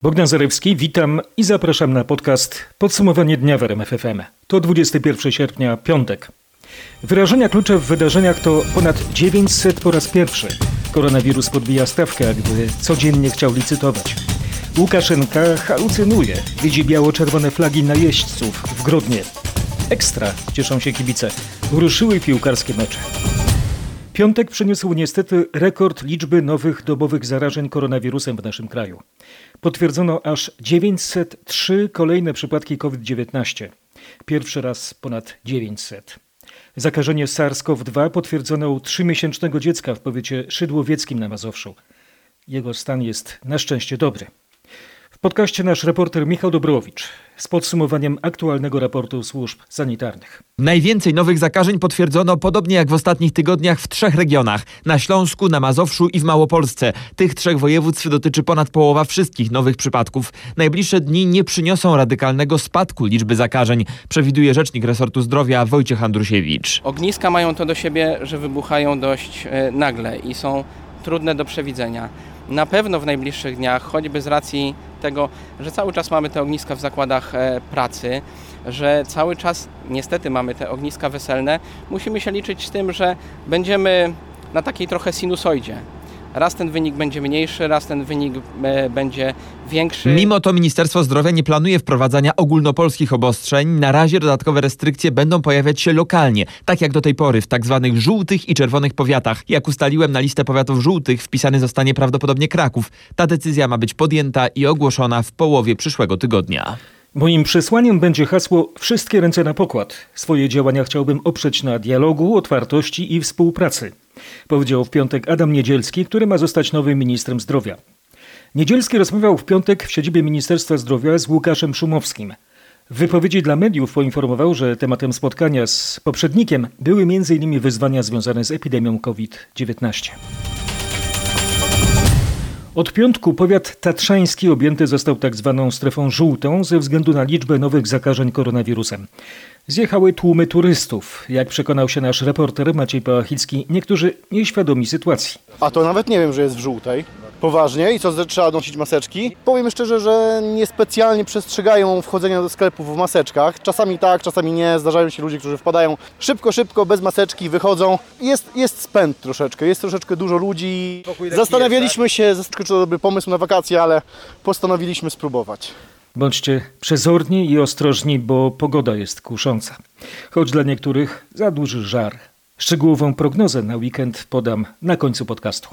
Bogdan Zarewski, witam i zapraszam na podcast Podsumowanie dnia w RMF FM. To 21 sierpnia, piątek. Wyrażenia klucze w wydarzeniach to ponad 900 po raz pierwszy. Koronawirus podbija stawkę, jakby codziennie chciał licytować. Łukaszenka halucynuje, widzi biało-czerwone flagi najeźdźców w Grodnie. Ekstra, cieszą się kibice. Ruszyły piłkarskie mecze. Piątek przyniósł niestety rekord liczby nowych dobowych zarażeń koronawirusem w naszym kraju. Potwierdzono aż 903 kolejne przypadki COVID-19. Pierwszy raz ponad 900. Zakażenie SARS-CoV-2 potwierdzono u 3-miesięcznego dziecka w powiecie szydłowieckim na Mazowszu. Jego stan jest na szczęście dobry. W podcaście nasz reporter Michał Dobrowicz z podsumowaniem aktualnego raportu służb sanitarnych. Najwięcej nowych zakażeń potwierdzono, podobnie jak w ostatnich tygodniach, w 3 regionach. Na Śląsku, na Mazowszu i w Małopolsce. Tych 3 województw dotyczy ponad połowa wszystkich nowych przypadków. Najbliższe dni nie przyniosą radykalnego spadku liczby zakażeń, przewiduje rzecznik resortu zdrowia Wojciech Andrusiewicz. Ogniska mają to do siebie, że wybuchają dość nagle i są trudne do przewidzenia. Na pewno w najbliższych dniach, choćby z racji tego, że cały czas mamy te ogniska w zakładach pracy, że cały czas niestety mamy te ogniska weselne, musimy się liczyć z tym, że będziemy na takiej trochę sinusoidzie. Raz ten wynik będzie mniejszy, raz ten wynik będzie większy. Mimo to Ministerstwo Zdrowia nie planuje wprowadzania ogólnopolskich obostrzeń. Na razie dodatkowe restrykcje będą pojawiać się lokalnie, tak jak do tej pory w tak zwanych żółtych i czerwonych powiatach. Jak ustaliłem, na listę powiatów żółtych wpisany zostanie prawdopodobnie Kraków. Ta decyzja ma być podjęta i ogłoszona w połowie przyszłego tygodnia. Moim przesłaniem będzie hasło wszystkie ręce na pokład. Swoje działania chciałbym oprzeć na dialogu, otwartości i współpracy, powiedział w piątek Adam Niedzielski, który ma zostać nowym ministrem zdrowia. Niedzielski rozmawiał w piątek w siedzibie Ministerstwa Zdrowia z Łukaszem Szumowskim. W wypowiedzi dla mediów poinformował, że tematem spotkania z poprzednikiem były m.in. wyzwania związane z epidemią COVID-19. Od piątku powiat tatrzański objęty został tak zwaną strefą żółtą ze względu na liczbę nowych zakażeń koronawirusem. Zjechały tłumy turystów. Jak przekonał się nasz reporter Maciej Pałachicki, niektórzy nieświadomi sytuacji. A to nawet nie wiem, że jest w żółtej. Poważnie i co, trzeba nosić maseczki? Powiem szczerze, że niespecjalnie przestrzegają wchodzenia do sklepów w maseczkach. Czasami tak, czasami nie. Zdarzają się ludzie, którzy wpadają szybko, bez maseczki, wychodzą. Jest spęd troszeczkę, jest troszeczkę dużo ludzi. Zastanawialiśmy się, czy to dobry pomysł na wakacje, ale postanowiliśmy spróbować. Bądźcie przezorni i ostrożni, bo pogoda jest kusząca. Choć dla niektórych za duży żar. Szczegółową prognozę na weekend podam na końcu podcastu.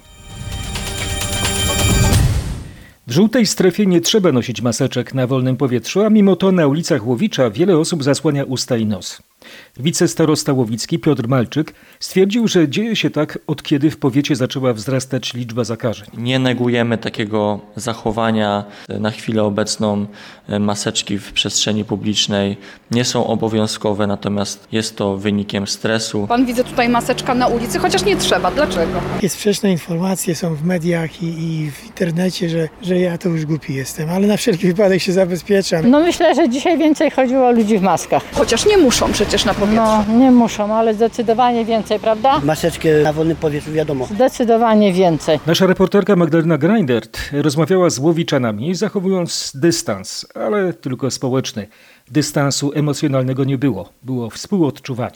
W żółtej strefie nie trzeba nosić maseczek na wolnym powietrzu, a mimo to na ulicach Łowicza wiele osób zasłania usta i nos. Wicestarosta łowicki Piotr Malczyk stwierdził, że dzieje się tak, od kiedy w powiecie zaczęła wzrastać liczba zakażeń. Nie negujemy takiego zachowania. Na chwilę obecną maseczki w przestrzeni publicznej nie są obowiązkowe, natomiast jest to wynikiem stresu. Pan widzę tutaj maseczka na ulicy, chociaż nie trzeba. Dlaczego? Jest sprzeczne informacje, są w mediach i w internecie, że ja to już głupi jestem, ale na wszelki wypadek się zabezpieczam. No myślę, że dzisiaj więcej chodziło o ludzi w maskach. Chociaż nie muszą przecież na powietrzu. No nie muszą, ale zdecydowanie więcej, prawda? Maseczkę na wolnym powietrzu, wiadomo. Zdecydowanie więcej. Nasza reporterka Magdalena Greindert rozmawiała z Łowiczanami, zachowując dystans, ale tylko społeczny. Dystansu emocjonalnego nie było. Było współodczuwanie.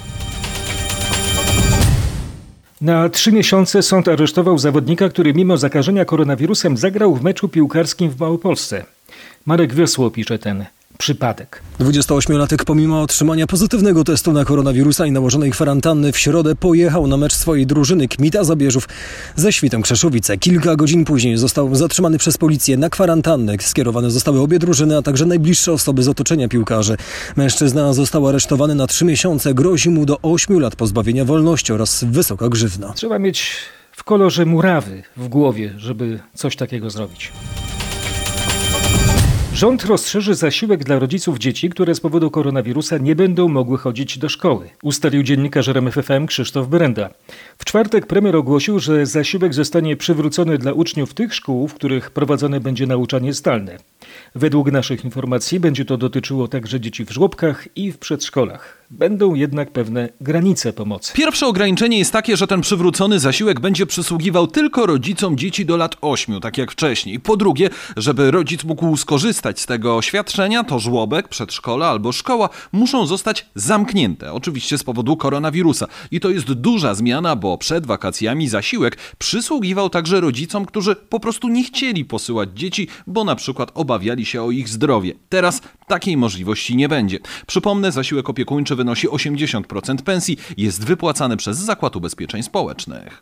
Na 3 miesiące sąd aresztował zawodnika, który mimo zakażenia koronawirusem zagrał w meczu piłkarskim w Małopolsce. Marek Wiosło pisze ten przypadek. 28-latek pomimo otrzymania pozytywnego testu na koronawirusa i nałożonej kwarantanny w środę pojechał na mecz swojej drużyny Kmita Zabierzów ze Świtem Krzeszowice. Kilka godzin później został zatrzymany przez policję na kwarantannę. Skierowane zostały obie drużyny, a także najbliższe osoby z otoczenia piłkarzy. Mężczyzna został aresztowany na 3 miesiące. Grozi mu do 8 lat pozbawienia wolności oraz wysoka grzywna. Trzeba mieć w kolorze murawy w głowie, żeby coś takiego zrobić. Rząd rozszerzy zasiłek dla rodziców dzieci, które z powodu koronawirusa nie będą mogły chodzić do szkoły, ustalił dziennikarz RMF FM Krzysztof Brenda. W czwartek premier ogłosił, że zasiłek zostanie przywrócony dla uczniów tych szkół, w których prowadzone będzie nauczanie zdalne. Według naszych informacji będzie to dotyczyło także dzieci w żłobkach i w przedszkolach. Będą jednak pewne granice pomocy. Pierwsze ograniczenie jest takie, że ten przywrócony zasiłek będzie przysługiwał tylko rodzicom dzieci do lat 8, tak jak wcześniej. Po drugie, żeby rodzic mógł skorzystać z tego świadczenia, to żłobek, przedszkole albo szkoła muszą zostać zamknięte, oczywiście z powodu koronawirusa. I to jest duża zmiana, bo przed wakacjami zasiłek przysługiwał także rodzicom, którzy po prostu nie chcieli posyłać dzieci, bo na przykład obawiali się o ich zdrowie. Teraz takiej możliwości nie będzie. Przypomnę, zasiłek opiekuńczy wynosi 80% pensji, jest wypłacany przez Zakład Ubezpieczeń Społecznych.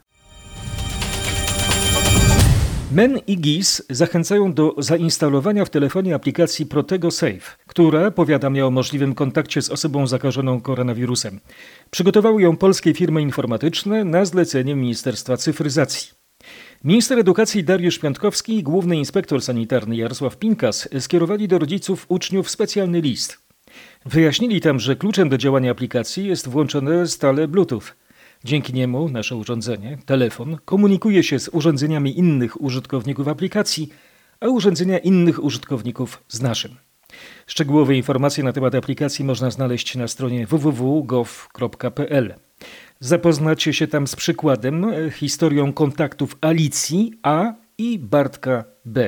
MEN i GIS zachęcają do zainstalowania w telefonie aplikacji Protego Safe, która powiadamia o możliwym kontakcie z osobą zakażoną koronawirusem. Przygotowały ją polskie firmy informatyczne na zlecenie Ministerstwa Cyfryzacji. Minister edukacji Dariusz Piątkowski i główny inspektor sanitarny Jarosław Pinkas skierowali do rodziców uczniów specjalny list. Wyjaśnili tam, że kluczem do działania aplikacji jest włączone stale Bluetooth. Dzięki niemu nasze urządzenie, telefon, komunikuje się z urządzeniami innych użytkowników aplikacji, a urządzenia innych użytkowników z naszym. Szczegółowe informacje na temat aplikacji można znaleźć na stronie www.gov.pl. Zapoznacie się tam z przykładem, historią kontaktów Alicji A i Bartka B.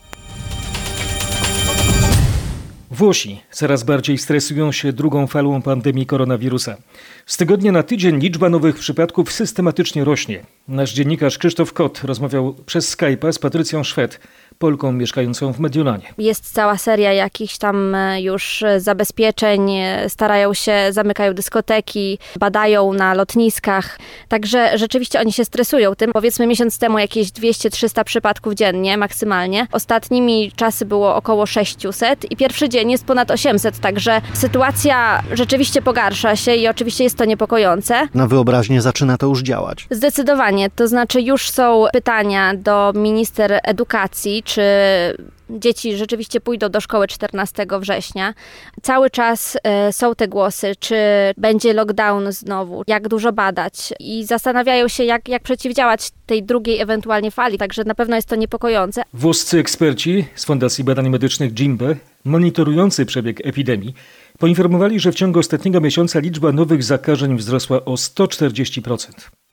Włosi coraz bardziej stresują się drugą falą pandemii koronawirusa. Z tygodnia na tydzień liczba nowych przypadków systematycznie rośnie. Nasz dziennikarz Krzysztof Kot rozmawiał przez Skype'a z Patrycją Szwed, Polką mieszkającą w Mediolanie. Jest cała seria jakichś tam już zabezpieczeń, zamykają dyskoteki, badają na lotniskach. Także rzeczywiście oni się stresują tym. Powiedzmy miesiąc temu jakieś 200-300 przypadków dziennie maksymalnie. Ostatnimi czasy było około 600 i pierwszy dzień jest ponad 800, także sytuacja rzeczywiście pogarsza się i oczywiście jest to niepokojące. Na wyobraźnię zaczyna to już działać. Zdecydowanie, to znaczy już są pytania do minister edukacji, czy dzieci rzeczywiście pójdą do szkoły 14 września. Cały czas są te głosy, czy będzie lockdown znowu, jak dużo badać i zastanawiają się, jak przeciwdziałać tej drugiej ewentualnie fali, także na pewno jest to niepokojące. Włoscy eksperci z Fundacji Badań Medycznych Jimbe, monitorujący przebieg epidemii, poinformowali, że w ciągu ostatniego miesiąca liczba nowych zakażeń wzrosła o 140%.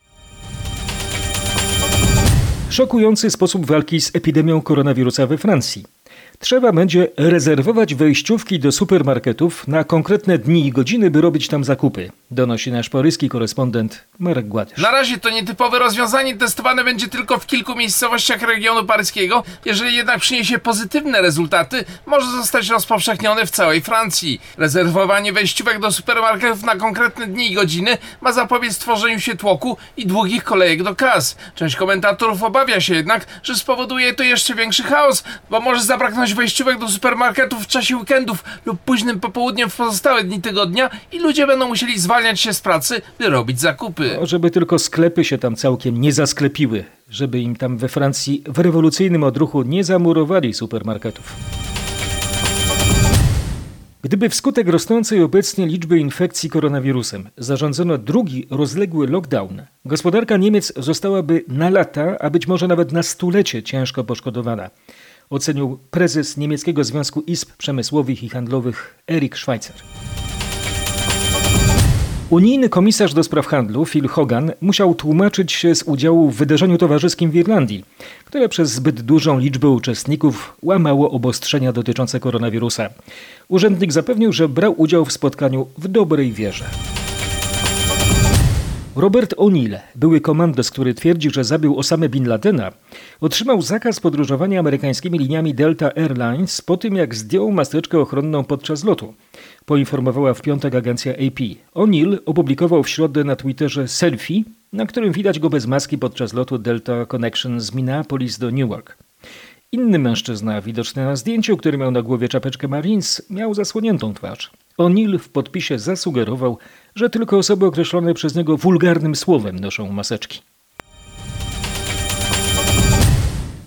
Szokujący sposób walki z epidemią koronawirusa we Francji. Trzeba będzie rezerwować wejściówki do supermarketów na konkretne dni i godziny, by robić tam zakupy, donosi nasz paryski korespondent Marek Gładysz. Na razie to nietypowe rozwiązanie testowane będzie tylko w kilku miejscowościach regionu paryskiego. Jeżeli jednak przyniesie pozytywne rezultaty, może zostać rozpowszechnione w całej Francji. Rezerwowanie wejściówek do supermarketów na konkretne dni i godziny ma zapobiec tworzeniu się tłoku i długich kolejek do kas. Część komentatorów obawia się jednak, że spowoduje to jeszcze większy chaos, bo może zabraknąć wejściówek do supermarketów w czasie weekendów lub późnym popołudniem w pozostałe dni tygodnia i ludzie będą musieli zwalniać się z pracy, by robić zakupy. Żeby tylko sklepy się tam całkiem nie zasklepiły, żeby im tam we Francji w rewolucyjnym odruchu nie zamurowali supermarketów. Gdyby wskutek rosnącej obecnie liczby infekcji koronawirusem zarządzono drugi rozległy lockdown, gospodarka Niemiec zostałaby na lata, a być może nawet na stulecie ciężko poszkodowana, ocenił prezes Niemieckiego Związku Izb Przemysłowych i Handlowych Erik Schweitzer. Unijny komisarz do spraw handlu Phil Hogan musiał tłumaczyć się z udziału w wydarzeniu towarzyskim w Irlandii, które przez zbyt dużą liczbę uczestników łamało obostrzenia dotyczące koronawirusa. Urzędnik zapewnił, że brał udział w spotkaniu w dobrej wierze. Robert O'Neill, były komandos, który twierdzi, że zabił Osamę Bin Ladena, otrzymał zakaz podróżowania amerykańskimi liniami Delta Airlines po tym, jak zdjął maseczkę ochronną podczas lotu, poinformowała w piątek agencja AP. O'Neill opublikował w środę na Twitterze selfie, na którym widać go bez maski podczas lotu Delta Connection z Minneapolis do Newark. Inny mężczyzna, widoczny na zdjęciu, który miał na głowie czapeczkę Marines, miał zasłoniętą twarz. O'Neill w podpisie zasugerował, że tylko osoby określone przez niego wulgarnym słowem noszą maseczki.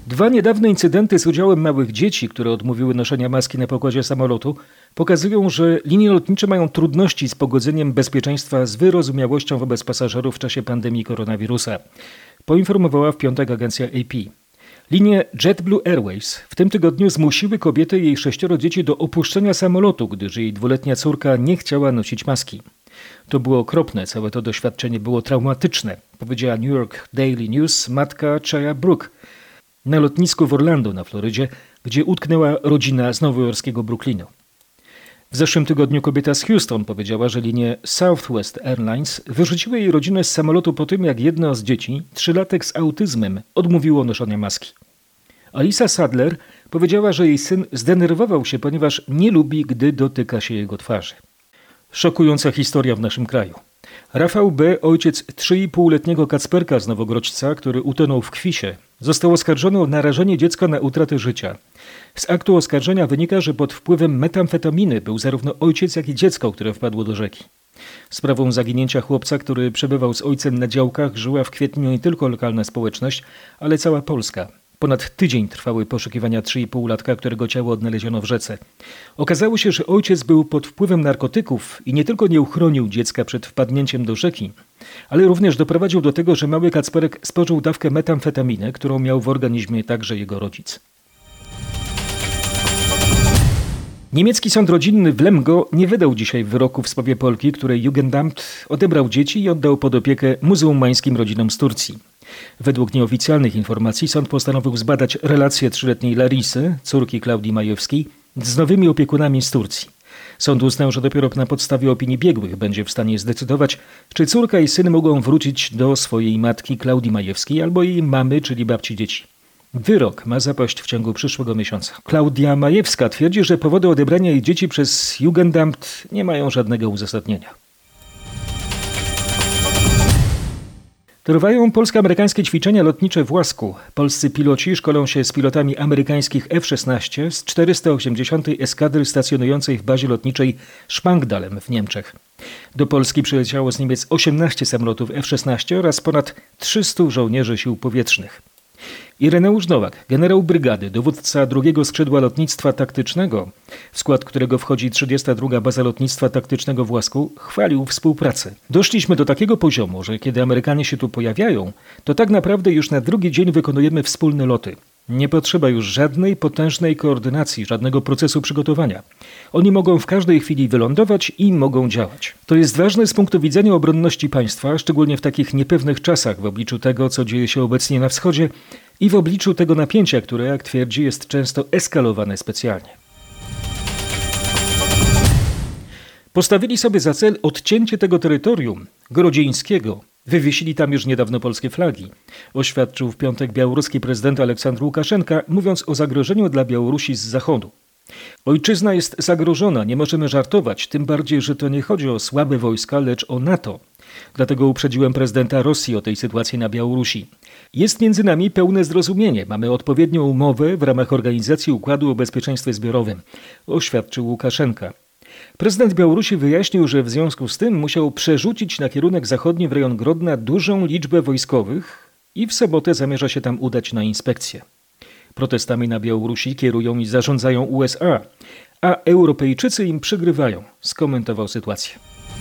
Dwa niedawne incydenty z udziałem małych dzieci, które odmówiły noszenia maski na pokładzie samolotu, pokazują, że linie lotnicze mają trudności z pogodzeniem bezpieczeństwa z wyrozumiałością wobec pasażerów w czasie pandemii koronawirusa, poinformowała w piątek agencja AP. Linie JetBlue Airways w tym tygodniu zmusiły kobietę i jej 6 dzieci do opuszczenia samolotu, gdyż jej 2-letnia córka nie chciała nosić maski. To było okropne, całe to doświadczenie było traumatyczne, powiedziała New York Daily News matka Chaya Brook na lotnisku w Orlando na Florydzie, gdzie utknęła rodzina z nowojorskiego Brooklynu. W zeszłym tygodniu kobieta z Houston powiedziała, że linie Southwest Airlines wyrzuciły jej rodzinę z samolotu po tym, jak jedno z dzieci, 3-latek z autyzmem, odmówiło noszenia maski. Alisa Sadler powiedziała, że jej syn zdenerwował się, ponieważ nie lubi, gdy dotyka się jego twarzy. Szokująca historia w naszym kraju. Rafał B., ojciec 3,5-letniego Kacperka z Nowogrodźca, który utonął w Kwisie, został oskarżony o narażenie dziecka na utratę życia. Z aktu oskarżenia wynika, że pod wpływem metamfetaminy był zarówno ojciec, jak i dziecko, które wpadło do rzeki. Sprawą zaginięcia chłopca, który przebywał z ojcem na działkach, żyła w kwietniu nie tylko lokalna społeczność, ale cała Polska. Ponad tydzień trwały poszukiwania 3,5-latka, którego ciało odnaleziono w rzece. Okazało się, że ojciec był pod wpływem narkotyków i nie tylko nie uchronił dziecka przed wpadnięciem do rzeki, ale również doprowadził do tego, że mały Kacperek spożył dawkę metamfetaminy, którą miał w organizmie także jego rodzic. Niemiecki sąd rodzinny w Lemgo nie wydał dzisiaj wyroku w sprawie Polki, której Jugendamt odebrał dzieci i oddał pod opiekę muzułmańskim rodzinom z Turcji. Według nieoficjalnych informacji sąd postanowił zbadać relacje 3-letniej Larisy, córki Klaudii Majewskiej, z nowymi opiekunami z Turcji. Sąd uznał, że dopiero na podstawie opinii biegłych będzie w stanie zdecydować, czy córka i syn mogą wrócić do swojej matki Klaudii Majewskiej albo jej mamy, czyli babci dzieci. Wyrok ma zapaść w ciągu przyszłego miesiąca. Klaudia Majewska twierdzi, że powody odebrania jej dzieci przez Jugendamt nie mają żadnego uzasadnienia. Trwają polsko-amerykańskie ćwiczenia lotnicze w Łasku. Polscy piloci szkolą się z pilotami amerykańskich F-16 z 480. eskadry stacjonującej w bazie lotniczej Spangdahlem w Niemczech. Do Polski przyleciało z Niemiec 18 samolotów F-16 oraz ponad 300 żołnierzy sił powietrznych. Ireneusz Nowak, generał brygady, dowódca drugiego skrzydła lotnictwa taktycznego, w skład którego wchodzi 32. Baza Lotnictwa Taktycznego w Łasku, chwalił współpracę. Doszliśmy do takiego poziomu, że kiedy Amerykanie się tu pojawiają, to tak naprawdę już na drugi dzień wykonujemy wspólne loty. Nie potrzeba już żadnej potężnej koordynacji, żadnego procesu przygotowania. Oni mogą w każdej chwili wylądować i mogą działać. To jest ważne z punktu widzenia obronności państwa, szczególnie w takich niepewnych czasach w obliczu tego, co dzieje się obecnie na wschodzie i w obliczu tego napięcia, które, jak twierdzi, jest często eskalowane specjalnie. Postawili sobie za cel odcięcie tego terytorium grodzieńskiego. Wywiesili tam już niedawno polskie flagi, oświadczył w piątek białoruski prezydent Aleksandr Łukaszenka, mówiąc o zagrożeniu dla Białorusi z zachodu. Ojczyzna jest zagrożona, nie możemy żartować, tym bardziej, że to nie chodzi o słabe wojska, lecz o NATO. Dlatego uprzedziłem prezydenta Rosji o tej sytuacji na Białorusi. Jest między nami pełne zrozumienie, mamy odpowiednią umowę w ramach Organizacji Układu o Bezpieczeństwie Zbiorowym, oświadczył Łukaszenka. Prezydent Białorusi wyjaśnił, że w związku z tym musiał przerzucić na kierunek zachodni w rejon Grodna dużą liczbę wojskowych i w sobotę zamierza się tam udać na inspekcję. Protestami na Białorusi kierują i zarządzają USA, a Europejczycy im przygrywają, skomentował sytuację.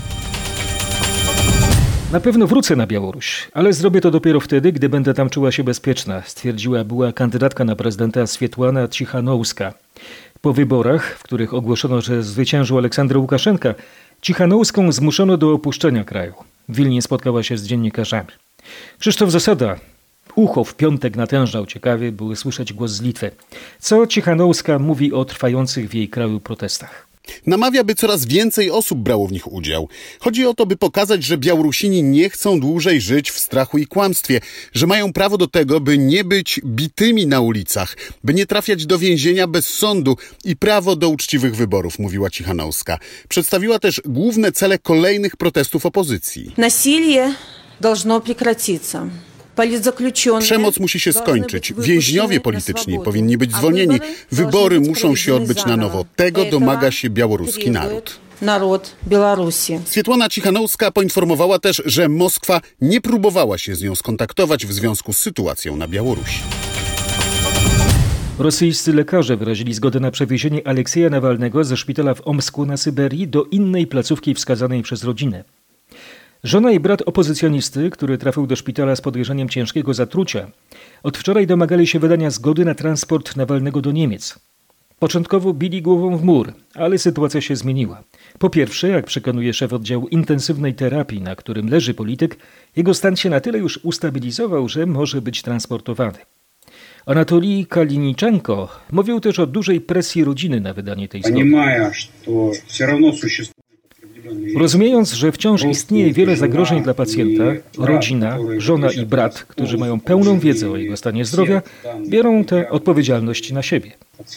Na pewno wrócę na Białoruś, ale zrobię to dopiero wtedy, gdy będę tam czuła się bezpieczna, stwierdziła była kandydatka na prezydenta Swietłana Cichanouska. Po wyborach, w których ogłoszono, że zwyciężył Aleksander Łukaszenka, Cichanouską zmuszono do opuszczenia kraju. W Wilnie spotkała się z dziennikarzami. Krzysztof Zasada, ucho w piątek natężał ciekawie, były słyszeć głos z Litwy. Co Cichanouska mówi o trwających w jej kraju protestach? Namawia, by coraz więcej osób brało w nich udział. Chodzi o to, by pokazać, że Białorusini nie chcą dłużej żyć w strachu i kłamstwie, że mają prawo do tego, by nie być bitymi na ulicach, by nie trafiać do więzienia bez sądu i prawo do uczciwych wyborów, mówiła Cichanouska. Przedstawiła też główne cele kolejnych protestów opozycji. Насилие должно прекратиться. Przemoc musi się skończyć. Więźniowie polityczni powinni być zwolnieni. Wybory muszą się odbyć na nowo. Tego domaga się białoruski naród. Swietłana Cichanouska poinformowała też, że Moskwa nie próbowała się z nią skontaktować w związku z sytuacją na Białorusi. Rosyjscy lekarze wyrazili zgodę na przewiezienie Aleksieja Nawalnego ze szpitala w Omsku na Syberii do innej placówki wskazanej przez rodzinę. Żona i brat opozycjonisty, który trafił do szpitala z podejrzeniem ciężkiego zatrucia, od wczoraj domagali się wydania zgody na transport Nawalnego do Niemiec. Początkowo bili głową w mur, ale sytuacja się zmieniła. Po pierwsze, jak przekonuje szef oddziału intensywnej terapii, na którym leży polityk, jego stan się na tyle już ustabilizował, że może być transportowany. Anatolij Kaliniczenko mówił też o dużej presji rodziny na wydanie tej zgody. Rozumiejąc, że wciąż istnieje wiele zagrożeń dla pacjenta, rodzina, żona i brat, którzy mają pełną wiedzę o jego stanie zdrowia, biorą tę odpowiedzialność na siebie.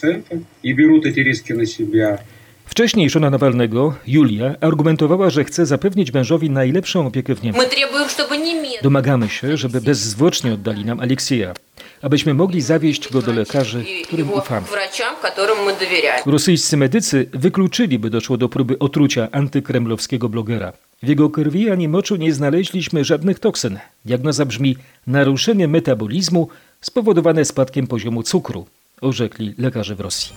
Wcześniej żona Nawalnego, Julia, argumentowała, że chce zapewnić mężowi najlepszą opiekę w Niemczech. Domagamy się, żeby bezzwłocznie oddali nam Aleksieja, abyśmy mogli zawieźć go do lekarzy, którym ufamy. Rosyjscy medycy wykluczyli, by doszło do próby otrucia antykremlowskiego blogera. W jego krwi ani moczu nie znaleźliśmy żadnych toksyn. Diagnoza brzmi naruszenie metabolizmu spowodowane spadkiem poziomu cukru, orzekli lekarze w Rosji.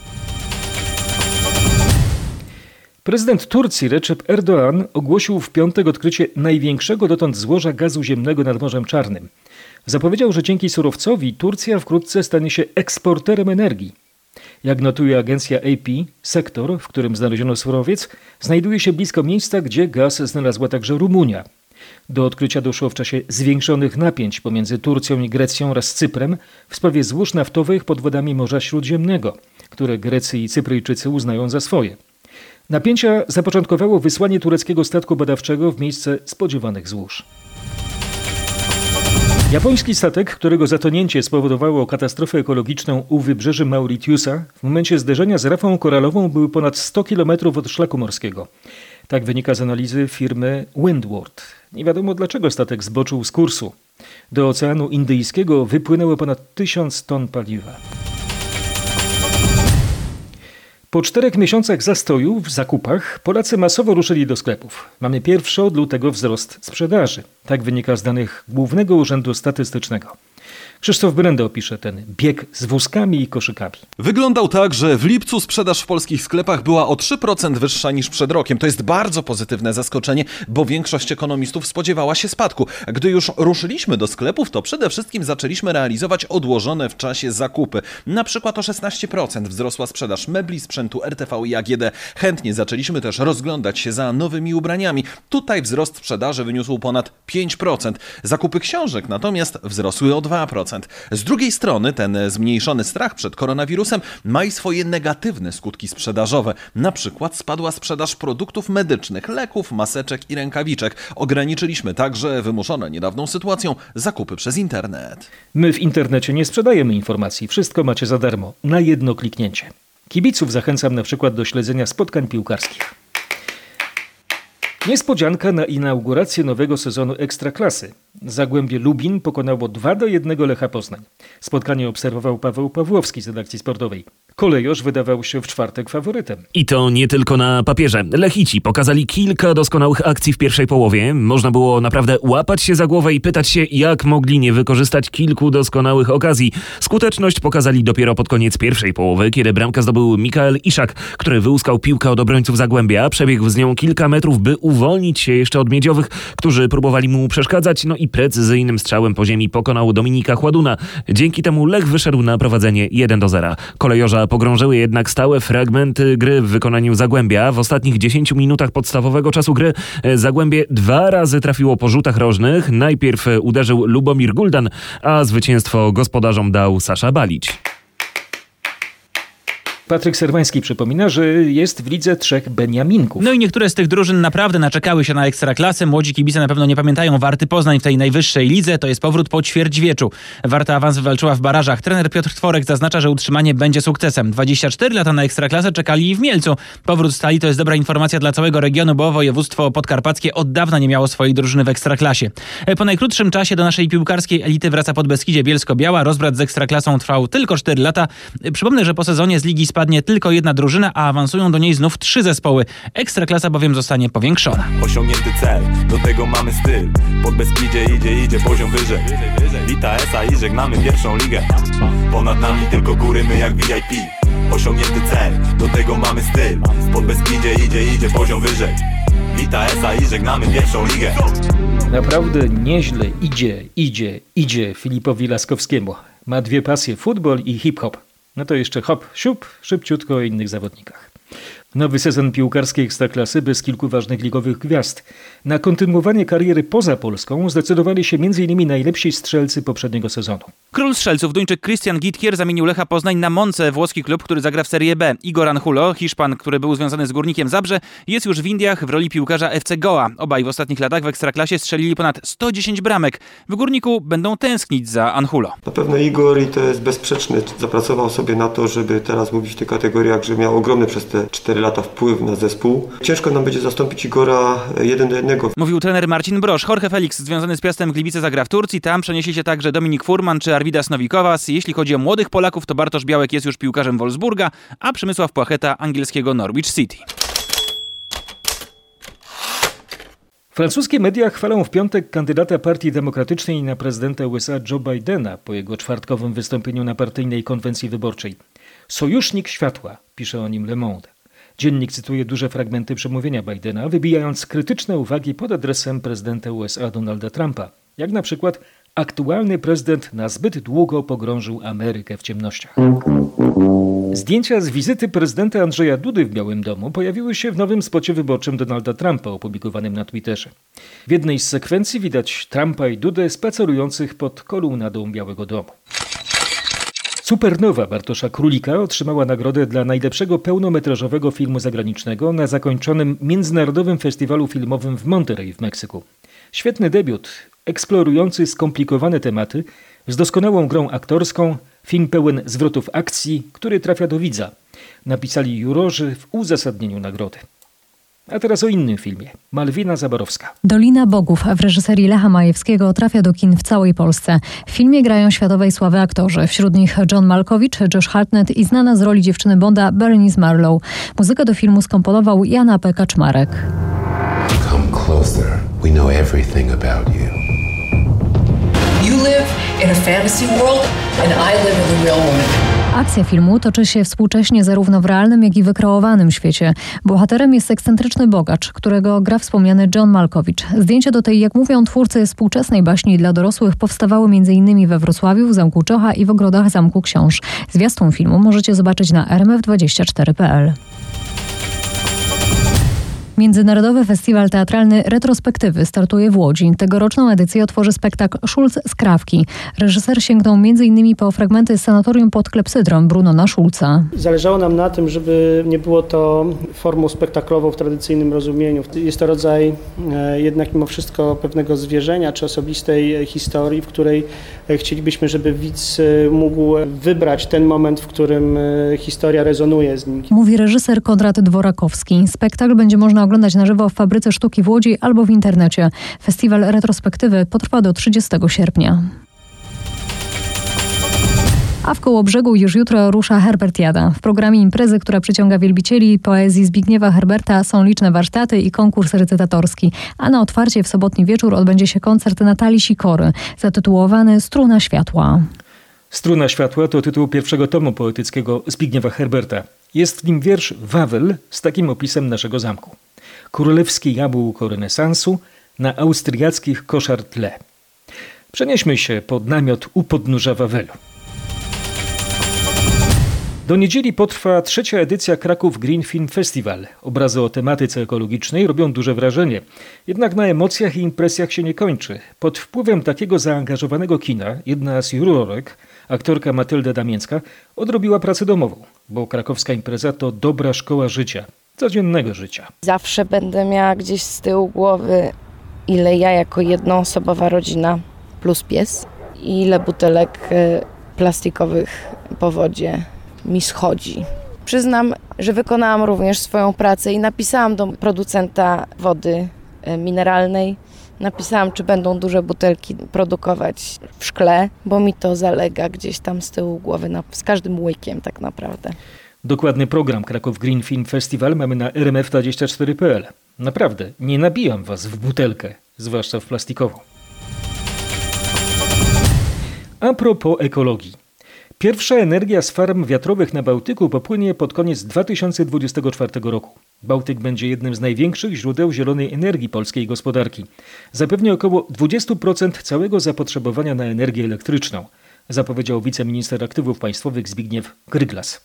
Prezydent Turcji Recep Erdoğan ogłosił w piątek odkrycie największego dotąd złoża gazu ziemnego nad Morzem Czarnym. Zapowiedział, że dzięki surowcowi Turcja wkrótce stanie się eksporterem energii. Jak notuje agencja AP, sektor, w którym znaleziono surowiec, znajduje się blisko miejsca, gdzie gaz znalazła także Rumunia. Do odkrycia doszło w czasie zwiększonych napięć pomiędzy Turcją i Grecją oraz Cyprem w sprawie złóż naftowych pod wodami Morza Śródziemnego, które Grecy i Cypryjczycy uznają za swoje. Napięcia zapoczątkowało wysłanie tureckiego statku badawczego w miejsce spodziewanych złóż. Japoński statek, którego zatonięcie spowodowało katastrofę ekologiczną u wybrzeży Mauritiusa, w momencie zderzenia z rafą koralową był ponad 100 km od szlaku morskiego. Tak wynika z analizy firmy Windward. Nie wiadomo, dlaczego statek zboczył z kursu. Do Oceanu Indyjskiego wypłynęło ponad 1000 ton paliwa. Po 4 miesiącach zastoju w zakupach Polacy masowo ruszyli do sklepów. Mamy pierwszy od lutego wzrost sprzedaży. Tak wynika z danych Głównego Urzędu Statystycznego. Krzysztof Brenda opisze ten bieg z wózkami i koszykami. Wyglądał tak, że w lipcu sprzedaż w polskich sklepach była o 3% wyższa niż przed rokiem. To jest bardzo pozytywne zaskoczenie, bo większość ekonomistów spodziewała się spadku. Gdy już ruszyliśmy do sklepów, to przede wszystkim zaczęliśmy realizować odłożone w czasie zakupy. Na przykład o 16% wzrosła sprzedaż mebli, sprzętu RTV i AGD. Chętnie zaczęliśmy też rozglądać się za nowymi ubraniami. Tutaj wzrost sprzedaży wyniósł ponad 5%. Zakupy książek natomiast wzrosły o 2%. Z drugiej strony ten zmniejszony strach przed koronawirusem ma i swoje negatywne skutki sprzedażowe. Na przykład spadła sprzedaż produktów medycznych, leków, maseczek i rękawiczek. Ograniczyliśmy także wymuszone niedawną sytuacją zakupy przez internet. My w internecie nie sprzedajemy informacji. Wszystko macie za darmo, na jedno kliknięcie. Kibiców zachęcam na przykład do śledzenia spotkań piłkarskich. Niespodzianka na inaugurację nowego sezonu Ekstraklasy. Zagłębie Lubin pokonało 2-1 Lecha Poznań. Spotkanie obserwował Paweł Pawłowski z redakcji sportowej. Kolejorz wydawał się w czwartek faworytem. I to nie tylko na papierze. Lechici pokazali kilka doskonałych akcji w pierwszej połowie. Można było naprawdę łapać się za głowę i pytać się, jak mogli nie wykorzystać kilku doskonałych okazji. Skuteczność pokazali dopiero pod koniec pierwszej połowy, kiedy bramkę zdobył Mikael Iszak, który wyłuskał piłkę od obrońców Zagłębia, przebiegł z nią kilka metrów, by uwolnić się jeszcze od miedziowych, którzy próbowali mu przeszkadzać, no i precyzyjnym strzałem po ziemi pokonał Dominika Chładuna. Dzięki temu Lech wyszedł na prowadzenie 1-0. Kolejorza pogrążyły jednak stałe fragmenty gry w wykonaniu Zagłębia. W ostatnich 10 minutach podstawowego czasu gry Zagłębie 2 razy trafiło po rzutach rożnych. Najpierw uderzył Lubomir Guldan, a zwycięstwo gospodarzom dał Sasza Balić. Patryk Serwański przypomina, że jest w lidze 3 Beniaminków. No i niektóre z tych drużyn naprawdę naczekały się na Ekstraklasę. Młodzi kibice na pewno nie pamiętają Warty Poznań w tej najwyższej lidze. To jest powrót po ćwierćwieczu. Warta awans wywalczyła w barażach. Trener Piotr Tworek zaznacza, że utrzymanie będzie sukcesem. 24 lata na Ekstraklasę czekali w Mielcu. Powrót stali to jest dobra informacja dla całego regionu, bo województwo podkarpackie od dawna nie miało swojej drużyny w Ekstraklasie. Po najkrótszym czasie do naszej piłkarskiej elity wraca Podbeskidzie Bielsko-Biała. Rozbrat z Ekstraklasą trwał tylko 4 lata. Przypomnę, że po sezonie z ligi spadnie tylko jedna drużyna, a awansują do niej znów 3 zespoły. Ekstraklasa bowiem zostanie powiększona. Osiągnięty cel, do tego mamy styl. Podbeskidzie idzie poziom wyżej. Wita Esa i żegnamy pierwszą ligę. Ponad nami tylko góry, my jak VIP. Osiągnięty cel, do tego mamy styl. Spod Beskidzie idzie poziom wyżej. Wita Esa i żegnamy pierwszą ligę. Naprawdę nieźle idzie Filipowi Laskowskiemu. Ma dwie pasje, futbol i hip-hop. No to jeszcze hop, siup, szybciutko o innych zawodnikach. Nowy sezon piłkarskiej Ekstraklasy bez kilku ważnych ligowych gwiazd. Na kontynuowanie kariery poza Polską zdecydowali się m.in. najlepsi strzelcy poprzedniego sezonu. Król strzelców Duńczyk Christian Gitkier zamienił Lecha Poznań na Monce, włoski klub, który zagra w Serie B. Igor Anhulo, Hiszpan, który był związany z Górnikiem Zabrze, jest już w Indiach w roli piłkarza FC Goa. Obaj w ostatnich latach w Ekstraklasie strzelili ponad 110 bramek. W Górniku będą tęsknić za Anhulo. Na pewno Igor, i to jest bezsprzeczne, zapracował sobie na to, żeby teraz mówić w tych kategoriach, że miał ogromny przez te 4 lata wpływ na zespół. Ciężko nam będzie zastąpić Igora 1-1. Mówił trener Marcin Brosz. Jorge Felix związany z Piastem Gliwice zagra w Turcji. Tam przenieśli się także Dominik Furman czy Arvidas Nowikowas. Jeśli chodzi o młodych Polaków, to Bartosz Białek jest już piłkarzem Wolfsburga, a Przemysław Płacheta angielskiego Norwich City. Francuskie media chwalą w piątek kandydata Partii Demokratycznej na prezydenta USA Joe Bidena po jego czwartkowym wystąpieniu na partyjnej konwencji wyborczej. Sojusznik światła, pisze o nim Le Monde. Dziennik cytuje duże fragmenty przemówienia Bidena, wybijając krytyczne uwagi pod adresem prezydenta USA Donalda Trumpa. Jak na przykład aktualny prezydent na zbyt długo pogrążył Amerykę w ciemnościach. Zdjęcia z wizyty prezydenta Andrzeja Dudy w Białym Domu pojawiły się w nowym spocie wyborczym Donalda Trumpa opublikowanym na Twitterze. W jednej z sekwencji widać Trumpa i Dudę spacerujących pod kolumnadą Białego Domu. Supernowa Bartosza Królika otrzymała nagrodę dla najlepszego pełnometrażowego filmu zagranicznego na zakończonym Międzynarodowym Festiwalu Filmowym w Monterrey w Meksyku. Świetny debiut, eksplorujący skomplikowane tematy, z doskonałą grą aktorską, film pełen zwrotów akcji, który trafia do widza, napisali jurorzy w uzasadnieniu nagrody. A teraz o innym filmie. Malwina Zaborowska. Dolina Bogów w reżyserii Lecha Majewskiego trafia do kin w całej Polsce. W filmie grają światowej sławy aktorzy. Wśród nich John Malkovich, Josh Hartnett i znana z roli dziewczyny Bonda Berenice Marlowe. Muzykę do filmu skomponował Jan A. P. Kaczmarek. Come closer. We know everything about you. You live in a fantasy world and I live in the real world. Akcja filmu toczy się współcześnie zarówno w realnym, jak i wykreowanym świecie. Bohaterem jest ekscentryczny bogacz, którego gra wspomniany John Malkovich. Zdjęcia do tej, jak mówią twórcy współczesnej baśni dla dorosłych, powstawały m.in. we Wrocławiu, w Zamku Czocha i w ogrodach Zamku Książ. Zwiastun filmu możecie zobaczyć na rmf24.pl. Międzynarodowy Festiwal Teatralny Retrospektywy startuje w Łodzi. Tegoroczną edycję otworzy spektakl Schulz z Krawki. Reżyser sięgnął m.in. po fragmenty z Sanatorium pod Klepsydrą Brunona Schulza. Zależało nam na tym, żeby nie było to formą spektaklową w tradycyjnym rozumieniu. Jest to rodzaj jednak mimo wszystko pewnego zwierzenia czy osobistej historii, w której chcielibyśmy, żeby widz mógł wybrać ten moment, w którym historia rezonuje z nim. Mówi reżyser Konrad Dworakowski. Spektakl będzie można oglądać na żywo w Fabryce Sztuki w Łodzi albo w internecie. Festiwal Retrospektywy potrwa do 30 sierpnia. A w Kołobrzegu już jutro rusza Herbertiada. W programie imprezy, która przyciąga wielbicieli poezji Zbigniewa Herberta, są liczne warsztaty i konkurs recytatorski. A na otwarcie w sobotni wieczór odbędzie się koncert Natalii Sikory, zatytułowany Struna Światła. Struna Światła to tytuł pierwszego tomu poetyckiego Zbigniewa Herberta. Jest w nim wiersz Wawel z takim opisem naszego zamku. Królewskie jabłko renesansu na austriackich koszar tle. Przenieśmy się pod namiot u podnóża Wawelu. Do niedzieli potrwa 3. edycja Kraków Green Film Festival. Obrazy o tematyce ekologicznej robią duże wrażenie. Jednak na emocjach i impresjach się nie kończy. Pod wpływem takiego zaangażowanego kina jedna z jurorek, aktorka Matylda Damięcka, odrobiła pracę domową, bo krakowska impreza to dobra szkoła życia, codziennego życia. Zawsze będę miała gdzieś z tyłu głowy, ile ja jako jednoosobowa rodzina plus pies i ile butelek plastikowych po wodzie mi schodzi. Przyznam, że wykonałam również swoją pracę i napisałam do producenta wody mineralnej. Napisałam, czy będą duże butelki produkować w szkle, bo mi to zalega gdzieś tam z tyłu głowy z każdym łykiem tak naprawdę. Dokładny program Kraków Green Film Festival mamy na rmf24.pl. Naprawdę, nie nabijam was w butelkę, zwłaszcza w plastikową. A propos ekologii. Pierwsza energia z farm wiatrowych na Bałtyku popłynie pod koniec 2024 roku. Bałtyk będzie jednym z największych źródeł zielonej energii polskiej gospodarki. Zapewni około 20% całego zapotrzebowania na energię elektryczną, zapowiedział wiceminister aktywów państwowych Zbigniew Gryglas.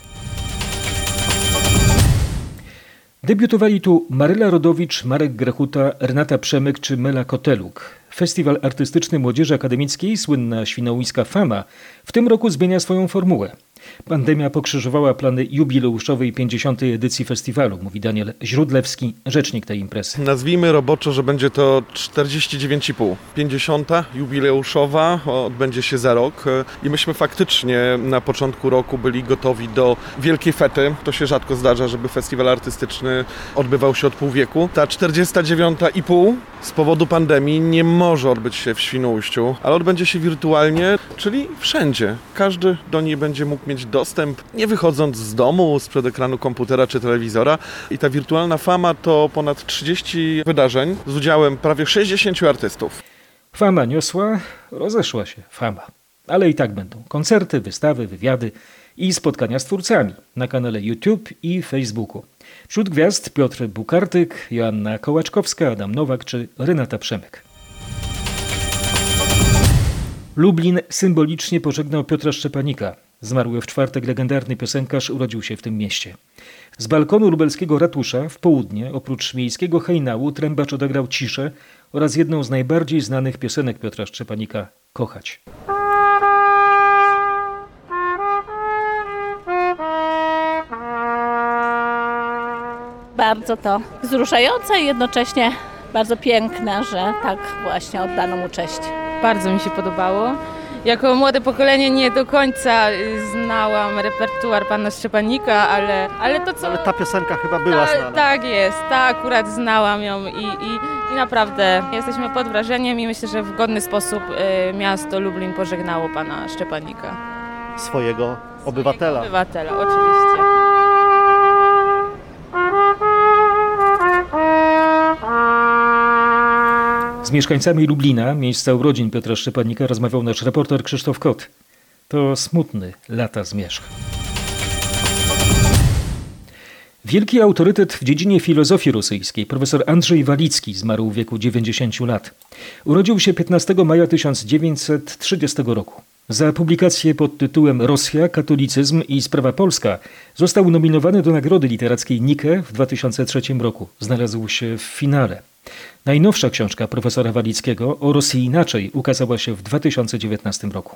Debiutowali tu Maryla Rodowicz, Marek Grechuta, Renata Przemyk czy Mela Koteluk. Festiwal artystyczny Młodzieży Akademickiej, słynna świnoujska Fama, w tym roku zmienia swoją formułę. Pandemia pokrzyżowała plany jubileuszowej 50. edycji festiwalu, mówi Daniel Źródlewski, rzecznik tej imprezy. Nazwijmy roboczo, że będzie to 49,5. 50. jubileuszowa odbędzie się za rok i myśmy faktycznie na początku roku byli gotowi do wielkiej fety. To się rzadko zdarza, żeby festiwal artystyczny odbywał się od pół wieku. Ta 49,5 z powodu pandemii nie może odbyć się w Świnoujściu, ale odbędzie się wirtualnie, czyli wszędzie. Każdy do niej będzie mógł mieć dostęp, nie wychodząc z domu, sprzed ekranu komputera czy telewizora. I ta wirtualna Fama to ponad 30 wydarzeń z udziałem prawie 60 artystów. Fama niosła, rozeszła się fama. Ale i tak będą koncerty, wystawy, wywiady i spotkania z twórcami na kanale YouTube i Facebooku. Wśród gwiazd Piotr Bukartyk, Joanna Kołaczkowska, Adam Nowak czy Renata Przemyk. Lublin symbolicznie pożegnał Piotra Szczepanika. Zmarły w czwartek legendarny piosenkarz urodził się w tym mieście. Z balkonu lubelskiego ratusza w południe, oprócz miejskiego hejnału, trębacz odegrał Ciszę oraz jedną z najbardziej znanych piosenek Piotra Szczepanika – Kochać. Bardzo to wzruszające i jednocześnie bardzo piękne, że tak właśnie oddano mu cześć. Bardzo mi się podobało. Jako młode pokolenie nie do końca znałam repertuar pana Szczepanika, ale to co... Ale ta piosenka chyba była znana. Tak jest, akurat znałam ją i naprawdę jesteśmy pod wrażeniem i myślę, że w godny sposób miasto Lublin pożegnało pana Szczepanika. Swojego obywatela. Obywatela, oczywiście. Z mieszkańcami Lublina, miejsca urodzin Piotra Szczepanika, rozmawiał nasz reporter Krzysztof Kot. To smutny lata zmierzch. Wielki autorytet w dziedzinie filozofii rosyjskiej, profesor Andrzej Walicki, zmarł w wieku 90 lat. Urodził się 15 maja 1930 roku. Za publikację pod tytułem Rosja, katolicyzm i sprawa polska został nominowany do Nagrody Literackiej Nike w 2003 roku. Znalazł się w finale. Najnowsza książka profesora Walickiego o Rosji inaczej ukazała się w 2019 roku.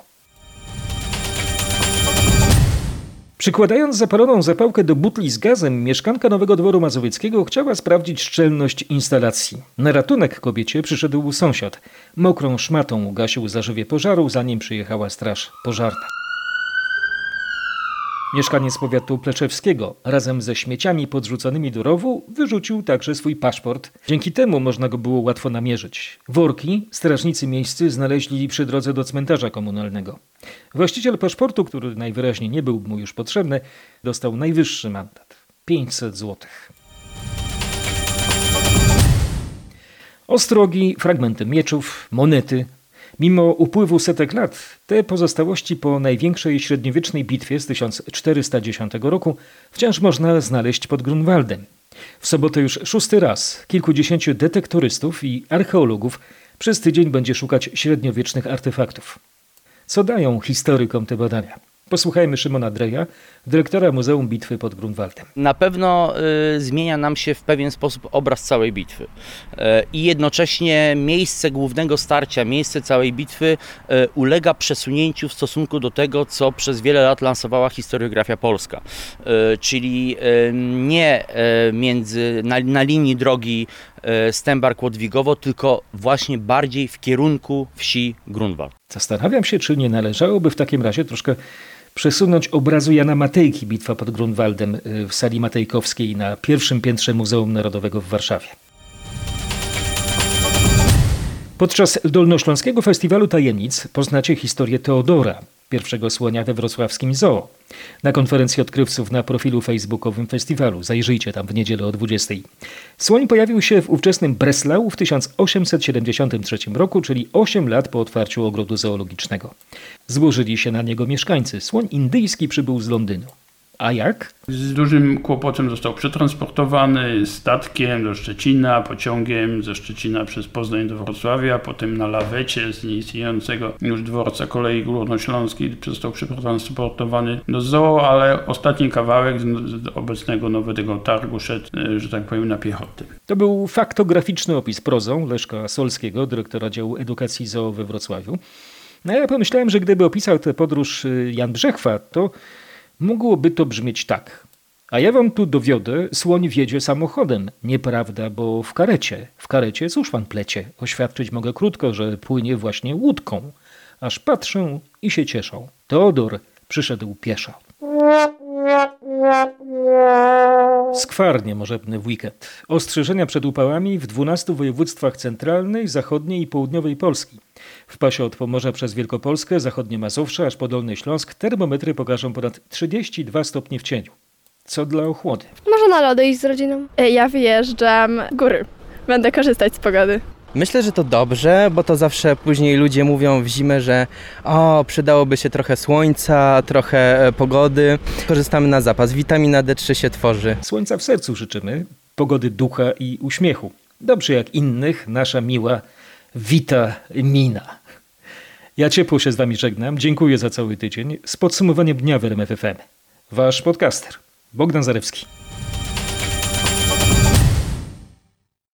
Przykładając zapaloną zapałkę do butli z gazem, mieszkanka Nowego Dworu Mazowieckiego chciała sprawdzić szczelność instalacji. Na ratunek kobiecie przyszedł sąsiad. Mokrą szmatą gasił zażywie pożaru, zanim przyjechała straż pożarna. Mieszkaniec powiatu pleczewskiego razem ze śmieciami podrzuconymi do rowu wyrzucił także swój paszport. Dzięki temu można go było łatwo namierzyć. Worki strażnicy miejscy znaleźli przy drodze do cmentarza komunalnego. Właściciel paszportu, który najwyraźniej nie był mu już potrzebny, dostał najwyższy mandat – 500 zł. Ostrogi, fragmenty mieczów, monety. Mimo upływu setek lat, te pozostałości po największej średniowiecznej bitwie z 1410 roku wciąż można znaleźć pod Grunwaldem. W sobotę już 6. raz kilkudziesięciu detektorystów i archeologów przez tydzień będzie szukać średniowiecznych artefaktów. Co dają historykom te badania? Posłuchajmy Szymona Dreja, dyrektora Muzeum Bitwy pod Grunwaldem. Na pewno zmienia nam się w pewien sposób obraz całej bitwy i jednocześnie miejsce głównego starcia, miejsce całej bitwy ulega przesunięciu w stosunku do tego, co przez wiele lat lansowała historiografia polska, czyli nie na linii drogi Stębark-Łodwigowo, tylko właśnie bardziej w kierunku wsi Grunwald. Zastanawiam się, czy nie należałoby w takim razie troszkę przesunąć obrazu Jana Matejki Bitwa pod Grunwaldem w sali Matejkowskiej na pierwszym piętrze Muzeum Narodowego w Warszawie. Podczas Dolnośląskiego Festiwalu Tajemnic poznacie historię Teodora, pierwszego słonia we wrocławskim zoo. Na konferencji odkrywców na profilu facebookowym festiwalu. Zajrzyjcie tam w niedzielę o 20:00. Słoń pojawił się w ówczesnym Breslau w 1873 roku, czyli 8 lat po otwarciu ogrodu zoologicznego. Złożyli się na niego mieszkańcy. Słoń indyjski przybył z Londynu. A jak? Z dużym kłopotem został przetransportowany statkiem do Szczecina, pociągiem ze Szczecina przez Poznań do Wrocławia, potem na lawecie z nieistniejącego już dworca kolei górnośląskiej został przetransportowany do zoo, ale ostatni kawałek z obecnego Nowego Targu szedł, że tak powiem, na piechotę. To był faktograficzny opis prozą Leszka Solskiego, dyrektora działu edukacji zoo we Wrocławiu. No ja pomyślałem, że gdyby opisał tę podróż Jan Brzechwa, to mogłoby to brzmieć tak. A ja wam tu dowiodę, słoń wiedzie samochodem. Nieprawda, bo w karecie. W karecie cóż pan plecie? Oświadczyć mogę krótko, że płynie właśnie łódką. Aż patrzą i się cieszą. Teodor przyszedł pieszo. Skwarnie możebny w weekend. Ostrzeżenia przed upałami w 12 województwach centralnej, zachodniej i południowej Polski. W pasie od Pomorza przez Wielkopolskę, zachodnie Mazowsze, aż po Dolny Śląsk termometry pokażą ponad 32 stopnie w cieniu. Co dla ochłody. Może na lody iść z rodziną? Ja wyjeżdżam góry. Będę korzystać z pogody. Myślę, że to dobrze, bo to zawsze później ludzie mówią w zimę, że przydałoby się trochę słońca, trochę pogody. Korzystamy na zapas. Witamina D3 się tworzy. Słońca w sercu życzymy, pogody ducha i uśmiechu. Dobrze jak innych, nasza miła witamina. Ja ciepło się z wami żegnam. Dziękuję za cały tydzień. Z podsumowaniem dnia w RMF FM. Wasz podcaster Bogdan Zarewski.